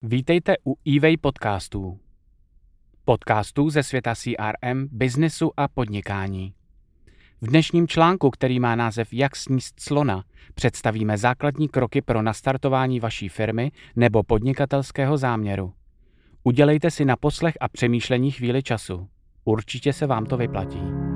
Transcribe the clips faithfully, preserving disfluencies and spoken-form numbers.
Vítejte u eWay podcastů. Podcastů ze světa C R M, biznesu a podnikání. V dnešním článku, který má název Jak sníst slona, představíme základní kroky pro nastartování vaší firmy nebo podnikatelského záměru. Udělejte si na poslech a přemýšlení chvíli času. Určitě se vám to vyplatí.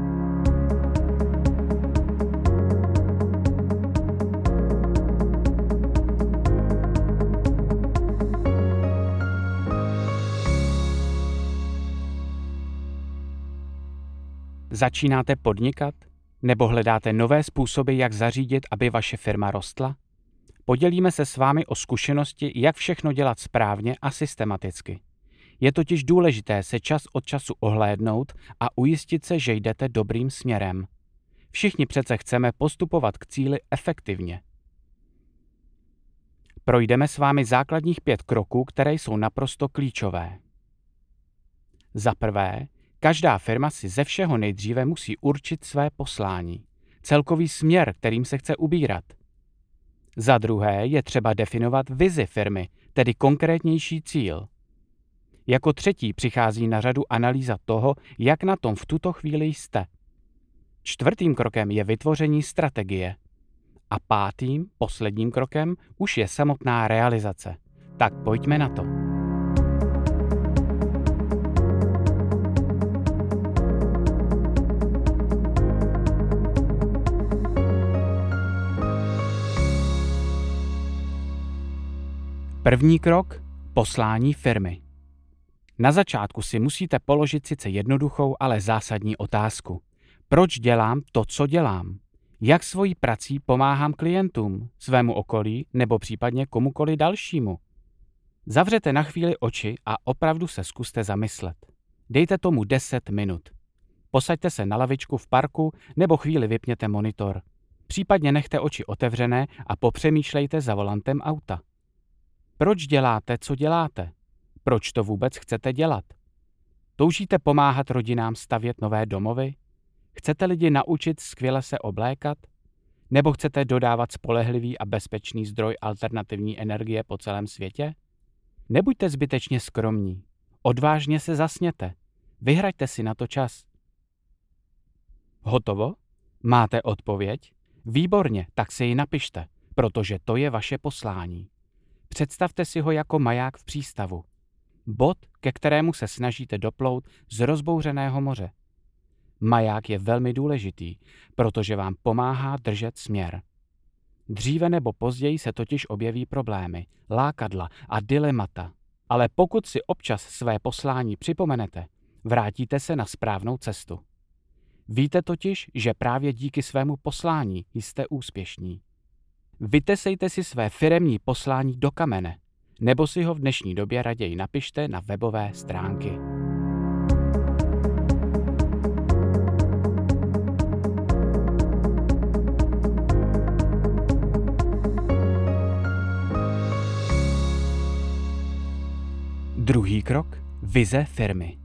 Začínáte podnikat? Nebo hledáte nové způsoby, jak zařídit, aby vaše firma rostla? Podělíme se s vámi o zkušenosti, jak všechno dělat správně a systematicky. Je totiž důležité se čas od času ohlédnout a ujistit se, že jdete dobrým směrem. Všichni přece chceme postupovat k cíli efektivně. Projdeme s vámi základních pět kroků, které jsou naprosto klíčové. Za prvé, každá firma si ze všeho nejdříve musí určit své poslání, celkový směr, kterým se chce ubírat. Za druhé je třeba definovat vizi firmy, tedy konkrétnější cíl. Jako třetí přichází na řadu analýza toho, jak na tom v tuto chvíli jste. Čtvrtým krokem je vytvoření strategie. A pátým, posledním krokem už je samotná realizace. Tak pojďme na to. První krok – poslání firmy. Na začátku si musíte položit sice jednoduchou, ale zásadní otázku. Proč dělám to, co dělám? Jak svojí prací pomáhám klientům, svému okolí nebo případně komukoli dalšímu? Zavřete na chvíli oči a opravdu se zkuste zamyslet. Dejte tomu deset minut. Posaďte se na lavičku v parku nebo chvíli vypněte monitor. Případně nechte oči otevřené a popřemýšlejte za volantem auta. Proč děláte, co děláte? Proč to vůbec chcete dělat? Toužíte pomáhat rodinám stavět nové domovy? Chcete lidi naučit skvěle se oblékat? Nebo chcete dodávat spolehlivý a bezpečný zdroj alternativní energie po celém světě? Nebuďte zbytečně skromní. Odvážně se zasněte. Vyhraďte si na to čas. Hotovo? Máte odpověď? Výborně, tak si ji napište, protože to je vaše poslání. Představte si ho jako maják v přístavu. Bod, ke kterému se snažíte doplout z rozbouřeného moře. Maják je velmi důležitý, protože vám pomáhá držet směr. Dříve nebo později se totiž objeví problémy, lákadla a dilemata. Ale pokud si občas své poslání připomenete, vrátíte se na správnou cestu. Víte totiž, že právě díky svému poslání jste úspěšní. Vytesejte si své firemní poslání do kamene, nebo si ho v dnešní době raději napište na webové stránky. Druhý krok – vize firmy.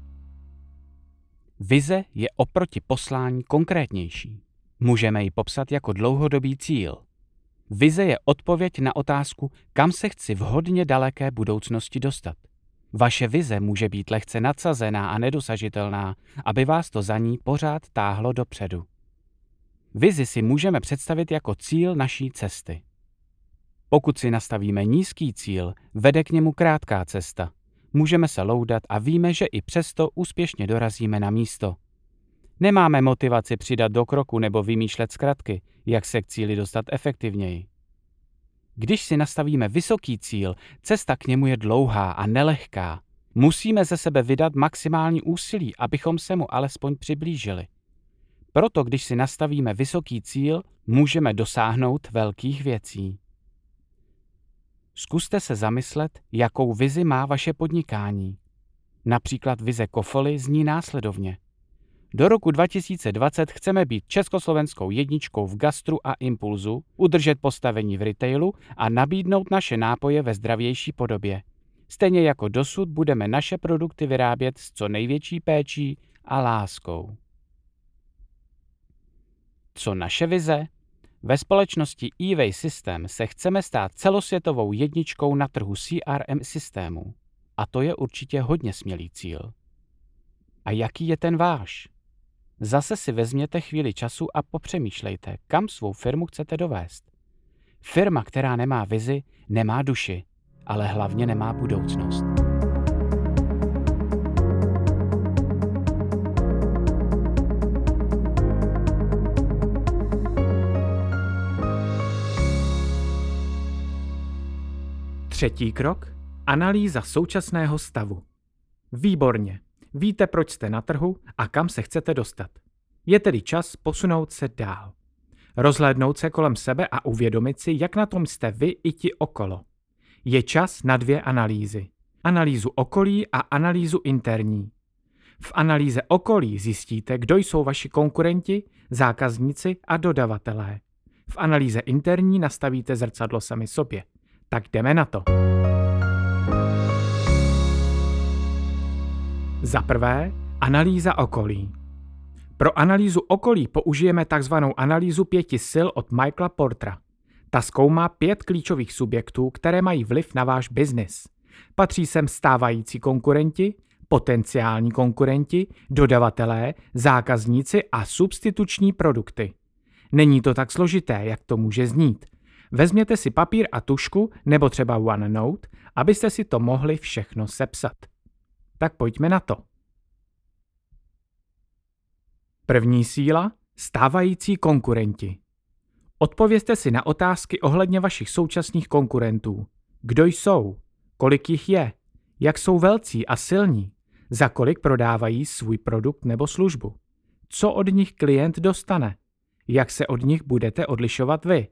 Vize je oproti poslání konkrétnější. Můžeme ji popsat jako dlouhodobý cíl. Vize je odpověď na otázku, kam se chci v hodně daleké budoucnosti dostat. Vaše vize může být lehce nadsazená a nedosažitelná, aby vás to za ní pořád táhlo dopředu. Vizi si můžeme představit jako cíl naší cesty. Pokud si nastavíme nízký cíl, vede k němu krátká cesta. Můžeme se loudat a víme, že i přesto úspěšně dorazíme na místo. Nemáme motivaci přidat do kroku nebo vymýšlet zkratky, jak se k cíli dostat efektivněji. Když si nastavíme vysoký cíl, cesta k němu je dlouhá a nelehká. Musíme ze sebe vydat maximální úsilí, abychom se mu alespoň přiblížili. Proto, když si nastavíme vysoký cíl, můžeme dosáhnout velkých věcí. Zkuste se zamyslet, jakou vizi má vaše podnikání. Například vize Kofoly zní následovně. Do roku dva tisíce dvacet chceme být československou jedničkou v gastru a impulzu, udržet postavení v retailu a nabídnout naše nápoje ve zdravější podobě. Stejně jako dosud budeme naše produkty vyrábět s co největší péčí a láskou. Co naše vize? Ve společnosti eWay System se chceme stát celosvětovou jedničkou na trhu C R M systémů. A to je určitě hodně smělý cíl. A jaký je ten váš? Zase si vezměte chvíli času a popřemýšlejte, kam svou firmu chcete dovést. Firma, která nemá vizi, nemá duši, ale hlavně nemá budoucnost. Třetí krok. Analýza současného stavu. Výborně. Víte, proč jste na trhu a kam se chcete dostat. Je tedy čas posunout se dál. Rozhlédnout se kolem sebe a uvědomit si, jak na tom jste vy i ti okolo. Je čas na dvě analýzy. Analýzu okolí a analýzu interní. V analýze okolí zjistíte, kdo jsou vaši konkurenti, zákazníci a dodavatelé. V analýze interní nastavíte zrcadlo sami sobě. Tak jdeme na to. Za prvé, analýza okolí. Pro analýzu okolí použijeme takzvanou analýzu pěti sil od Michaela Portera. Ta zkoumá pět klíčových subjektů, které mají vliv na váš biznis. Patří sem stávající konkurenti, potenciální konkurenti, dodavatelé, zákazníci a substituční produkty. Není to tak složité, jak to může znít. Vezměte si papír a tužku nebo třeba OneNote, abyste si to mohli všechno sepsat. Tak pojďme na to. První síla – stávající konkurenti. Odpovězte si na otázky ohledně vašich současných konkurentů. Kdo jsou? Kolik jich je? Jak jsou velcí a silní? Za kolik prodávají svůj produkt nebo službu? Co od nich klient dostane? Jak se od nich budete odlišovat vy?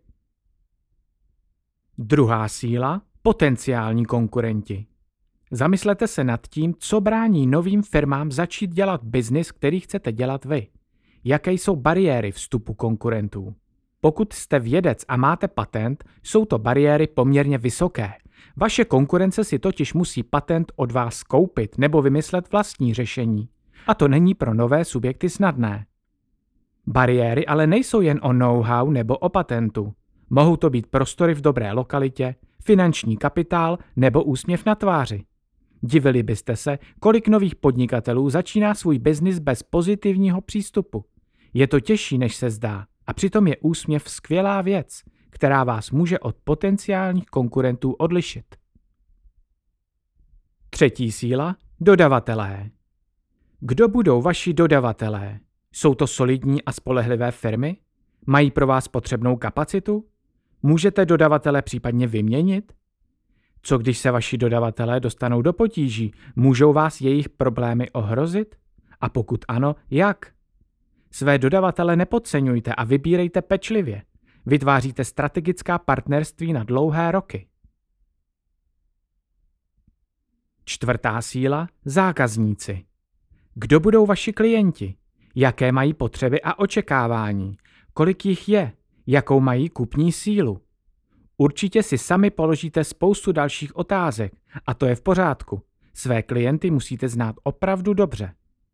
Druhá síla – potenciální konkurenti. Zamyslete se nad tím, co brání novým firmám začít dělat biznis, který chcete dělat vy. Jaké jsou bariéry vstupu konkurentů? Pokud jste vědec a máte patent, jsou to bariéry poměrně vysoké. Vaše konkurence si totiž musí patent od vás koupit nebo vymyslet vlastní řešení. A to není pro nové subjekty snadné. Bariéry ale nejsou jen o know-how nebo o patentu. Mohou to být prostory v dobré lokalitě, finanční kapitál nebo úsměv na tváři. Divili byste se, kolik nových podnikatelů začíná svůj biznis bez pozitivního přístupu. Je to těžší, než se zdá, a přitom je úsměv skvělá věc, která vás může od potenciálních konkurentů odlišit. Třetí síla – dodavatelé. Kdo budou vaši dodavatelé? Jsou to solidní a spolehlivé firmy? Mají pro vás potřebnou kapacitu? Můžete dodavatele případně vyměnit? Co když se vaši dodavatelé dostanou do potíží? Můžou vás jejich problémy ohrozit? A pokud ano, jak? Své dodavatele nepodceňujte a vybírejte pečlivě. Vytváříte strategická partnerství na dlouhé roky. Čtvrtá síla – zákazníci. Kdo budou vaši klienti? Jaké mají potřeby a očekávání? Kolik jich je? Jakou mají kupní sílu? Určitě si sami položíte spoustu dalších otázek a to je v pořádku. Své klienty musíte znát opravdu dobře.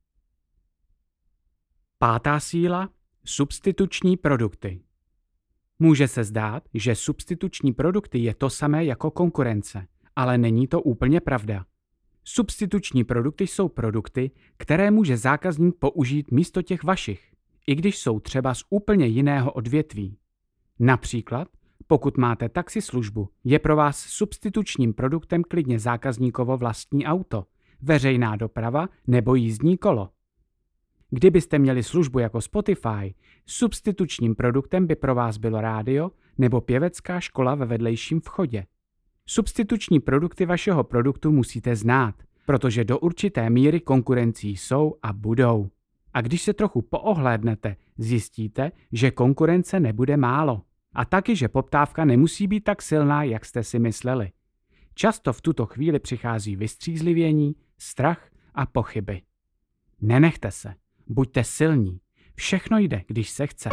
Pátá síla – substituční produkty. Může se zdát, že substituční produkty je to samé jako konkurence, ale není to úplně pravda. Substituční produkty jsou produkty, které může zákazník použít místo těch vašich, i když jsou třeba z úplně jiného odvětví. Například, pokud máte taxislužbu, je pro vás substitučním produktem klidně zákazníkovo vlastní auto, veřejná doprava nebo jízdní kolo. Kdybyste měli službu jako Spotify, substitučním produktem by pro vás bylo rádio nebo pěvecká škola ve vedlejším vchodě. Substituční produkty vašeho produktu musíte znát, protože do určité míry konkurencí jsou a budou. A když se trochu poohlédnete, zjistíte, že konkurence nebude málo. A taky, že poptávka nemusí být tak silná, jak jste si mysleli. Často v tuto chvíli přichází vystřízlivění, strach a pochyby. Nenechte se, buďte silní. Všechno jde, když se chce.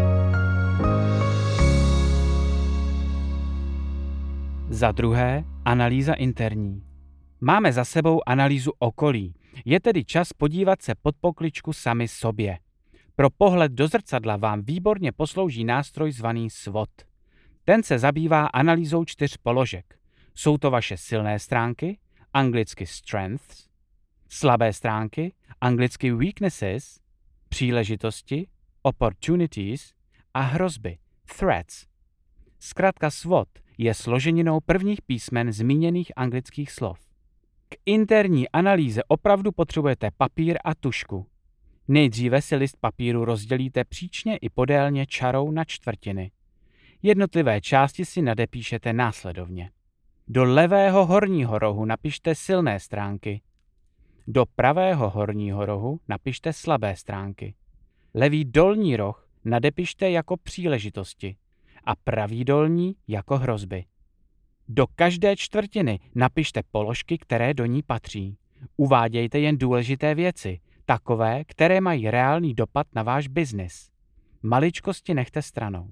Za druhé, analýza interní. Máme za sebou analýzu okolí. Je tedy čas podívat se pod pokličku sami sobě. Pro pohled do zrcadla vám výborně poslouží nástroj zvaný SWOT. Ten se zabývá analýzou čtyř položek. Jsou to vaše silné stránky, anglicky strengths, slabé stránky, anglicky weaknesses, příležitosti, opportunities a hrozby, threats. Zkrátka SWOT je složeninou prvních písmen zmíněných anglických slov. K interní analýze opravdu potřebujete papír a tužku. Nejdříve si list papíru rozdělíte příčně i podélně čarou na čtvrtiny. Jednotlivé části si nadepíšete následovně. Do levého horního rohu napište silné stránky. Do pravého horního rohu napište slabé stránky. Levý dolní roh nadepište jako příležitosti a pravý dolní jako hrozby. Do každé čtvrtiny napište položky, které do ní patří. Uvádějte jen důležité věci, takové, které mají reálný dopad na váš biznis. Maličkosti nechte stranou.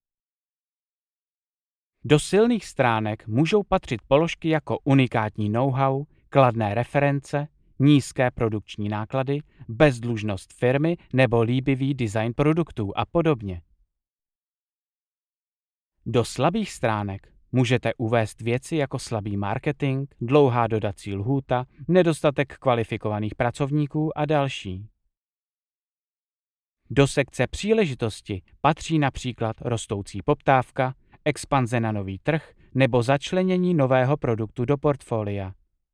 Do silných stránek můžou patřit položky jako unikátní know-how, kladné reference, nízké produkční náklady, bezdlužnost firmy nebo líbivý design produktů a podobně. Do slabých stránek můžete uvést věci jako slabý marketing, dlouhá dodací lhůta, nedostatek kvalifikovaných pracovníků a další. Do sekce příležitosti patří například rostoucí poptávka, expanze na nový trh nebo začlenění nového produktu do portfolia.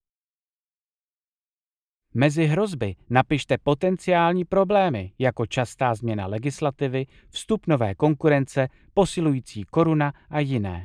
Mezi hrozby napište potenciální problémy jako častá změna legislativy, vstup nové konkurence, posilující koruna a jiné.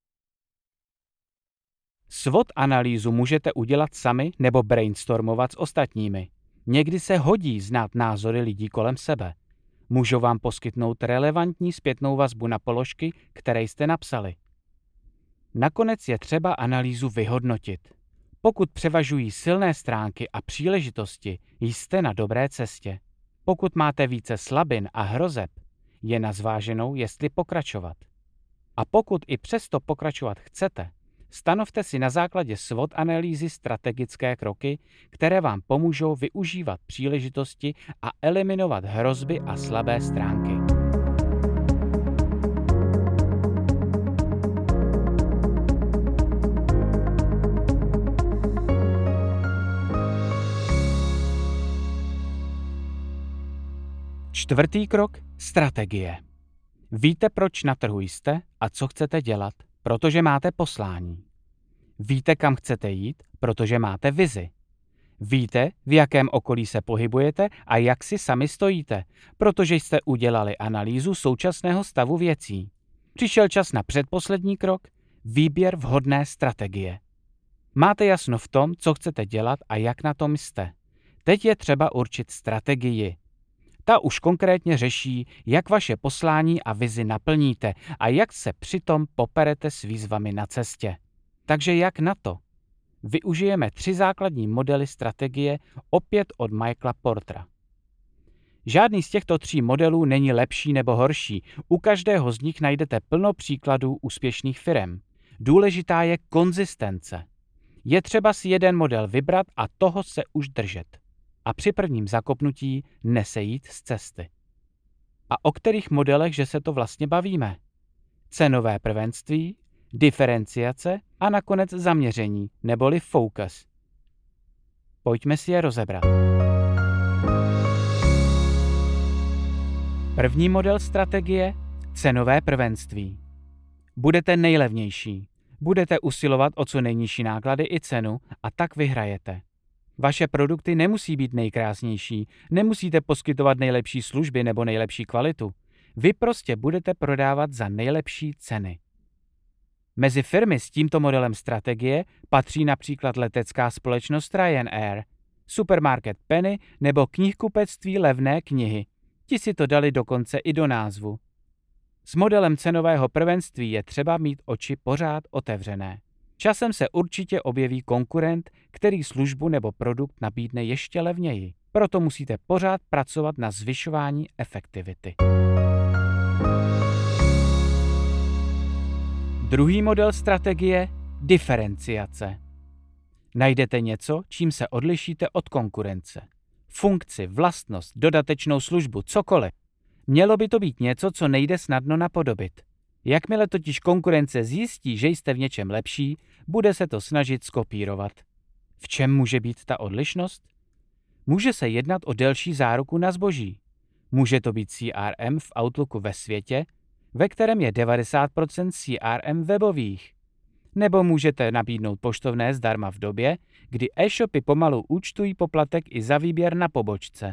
SWOT analýzu můžete udělat sami nebo brainstormovat s ostatními. Někdy se hodí znát názory lidí kolem sebe. Můžou vám poskytnout relevantní zpětnou vazbu na položky, které jste napsali. Nakonec je třeba analýzu vyhodnotit. Pokud převažují silné stránky a příležitosti, jste na dobré cestě. Pokud máte více slabin a hrozeb, je na zváženou, jestli pokračovat. A pokud i přesto pokračovat chcete, stanovte si na základě SWOT analýzy strategické kroky, které vám pomůžou využívat příležitosti a eliminovat hrozby a slabé stránky. Čtvrtý krok – strategie. Víte, proč na trhu jste a co chcete dělat, protože máte poslání. Víte, kam chcete jít, protože máte vizi. Víte, v jakém okolí se pohybujete a jak si sami stojíte, protože jste udělali analýzu současného stavu věcí. Přišel čas na předposlední krok – výběr vhodné strategie. Máte jasno v tom, co chcete dělat a jak na tom jste. Teď je třeba určit strategii. Ta už konkrétně řeší, jak vaše poslání a vizi naplníte a jak se přitom poperete s výzvami na cestě. Takže jak na to? Využijeme tři základní modely strategie opět od Michaela Portera. Žádný z těchto tří modelů není lepší nebo horší. U každého z nich najdete plno příkladů úspěšných firem. Důležitá je konzistence. Je třeba si jeden model vybrat a toho se už držet. A při prvním zakopnutí nesejít z cesty. A o kterých modelech, že se to vlastně bavíme? Cenové prvenství, diferenciace a nakonec zaměření, neboli focus. Pojďme si je rozebrat. První model strategie – cenové prvenství. Budete nejlevnější. Budete usilovat o co nejnižší náklady i cenu a tak vyhrajete. Vaše produkty nemusí být nejkrásnější, nemusíte poskytovat nejlepší služby nebo nejlepší kvalitu. Vy prostě budete prodávat za nejlepší ceny. Mezi firmy s tímto modelem strategie patří například letecká společnost Ryanair, supermarket Penny nebo knihkupectví Levné knihy. Ti si to dali dokonce i do názvu. S modelem cenového prvenství je třeba mít oči pořád otevřené. Časem se určitě objeví konkurent, který službu nebo produkt nabídne ještě levněji. Proto musíte pořád pracovat na zvyšování efektivity. Druhý model strategie – diferenciace. Najdete něco, čím se odlišíte od konkurence. funkci, vlastnost, dodatečnou službu, cokoliv. Mělo by to být něco, co nejde snadno napodobit. Jakmile totiž konkurence zjistí, že jste v něčem lepší, bude se to snažit skopírovat. V čem může být ta odlišnost? Může se jednat o delší záruku na zboží. Může to být C R M v Outlooku ve světě, ve kterém je devadesát procent C R M webových. Nebo můžete nabídnout poštovné zdarma v době, kdy e-shopy pomalu účtují poplatek i za výběr na pobočce.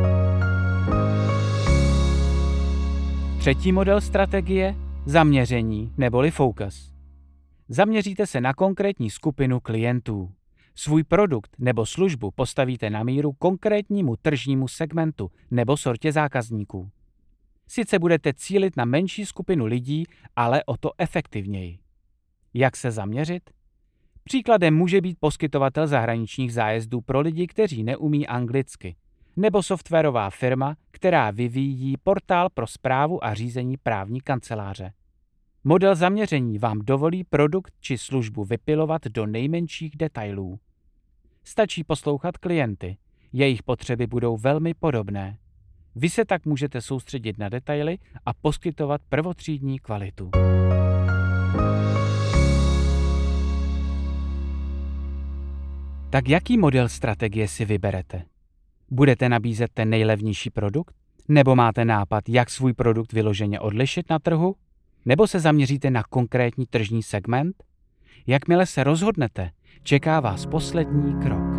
Třetí model strategie – zaměření neboli focus. Zaměříte se na konkrétní skupinu klientů. Svůj produkt nebo službu postavíte na míru konkrétnímu tržnímu segmentu nebo sortě zákazníků. Sice budete cílit na menší skupinu lidí, ale o to efektivněji. Jak se zaměřit? Příkladem může být poskytovatel zahraničních zájezdů pro lidi, kteří neumí anglicky, nebo softwarová firma, která vyvíjí portál pro správu a řízení právní kanceláře. Model zaměření vám dovolí produkt či službu vypilovat do nejmenších detailů. Stačí poslouchat klienty, jejich potřeby budou velmi podobné. Vy se tak můžete soustředit na detaily a poskytovat prvotřídní kvalitu. Tak jaký model strategie si vyberete? Budete nabízet ten nejlevnější produkt? Nebo máte nápad, jak svůj produkt vyloženě odlišit na trhu? Nebo se zaměříte na konkrétní tržní segment? Jakmile se rozhodnete, čeká vás poslední krok.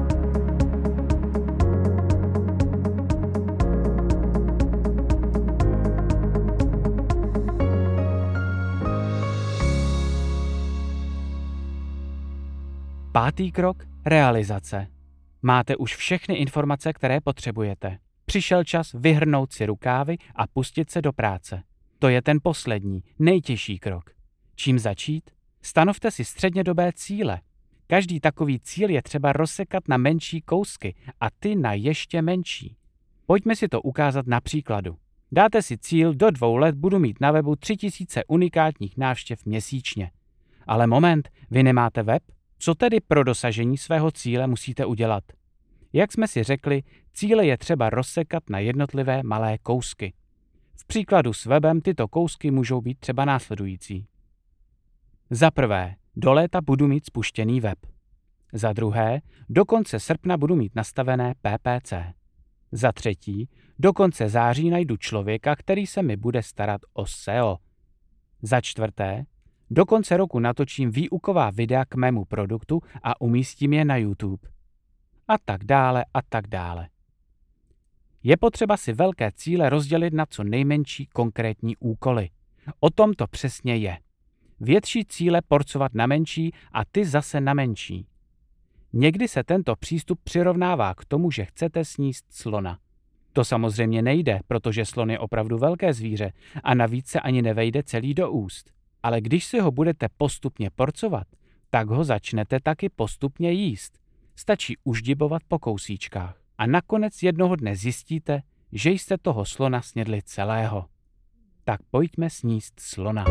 Pátý krok – realizace. Máte už všechny informace, které potřebujete. Přišel čas vyhrnout si rukávy a pustit se do práce. To je ten poslední, nejtěžší krok. Čím začít? Stanovte si střednědobé cíle. Každý takový cíl je třeba rozsekat na menší kousky a ty na ještě menší. Pojďme si to ukázat na příkladu. Dáte si cíl, do dvou let budu mít na webu tři tisíce unikátních návštěv měsíčně. Ale moment, vy nemáte web? Co tedy pro dosažení svého cíle musíte udělat? Jak jsme si řekli, cíle je třeba rozsekat na jednotlivé malé kousky. V příkladu s webem tyto kousky můžou být třeba následující. Za prvé, do léta budu mít spuštěný web. Za druhé, do konce srpna budu mít nastavené P P C. Za třetí, do konce září najdu člověka, který se mi bude starat o S E O. Za čtvrté, do konce roku natočím výuková videa k mému produktu a umístím je na YouTube. A tak dále a tak dále. Je potřeba si velké cíle rozdělit na co nejmenší konkrétní úkoly. O tom to přesně je. Větší cíle porcovat na menší a ty zase na menší. Někdy se tento přístup přirovnává k tomu, že chcete sníst slona. To samozřejmě nejde, protože slon je opravdu velké zvíře a navíc se ani nevejde celý do úst. Ale když si ho budete postupně porcovat, tak ho začnete taky postupně jíst. Stačí uždibovat po kousíčkách. A nakonec jednoho dne zjistíte, že jste toho slona snědli celého. Tak pojďme sníst slona.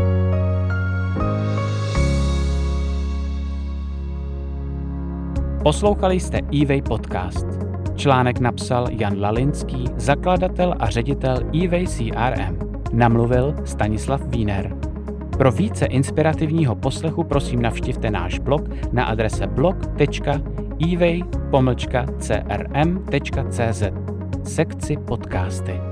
Poslouchali jste eWay podcast. Článek napsal Jan Lalinský, zakladatel a ředitel eWay C R M. Namluvil Stanislav Wiener. Pro více inspirativního poslechu prosím navštivte náš blog na adrese blog tečka eway pomlčka c r m tečka c z sekci podcasty.